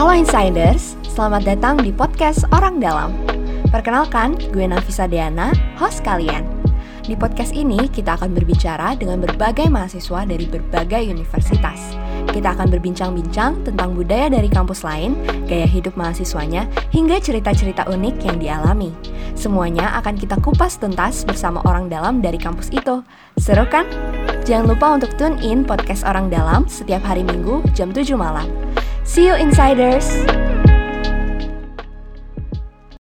Halo Insiders, selamat datang di podcast Orang Dalam. Perkenalkan, gue Nafisa Deana, host kalian. Di podcast ini, kita akan berbicara dengan berbagai mahasiswa dari berbagai universitas. Kita akan berbincang-bincang tentang budaya dari kampus lain, gaya hidup mahasiswanya, hingga cerita-cerita unik yang dialami. Semuanya akan kita kupas tuntas bersama orang dalam dari kampus itu. Seru kan? Jangan lupa untuk tune in podcast Orang Dalam setiap hari Minggu jam 7 malam. See you Insiders!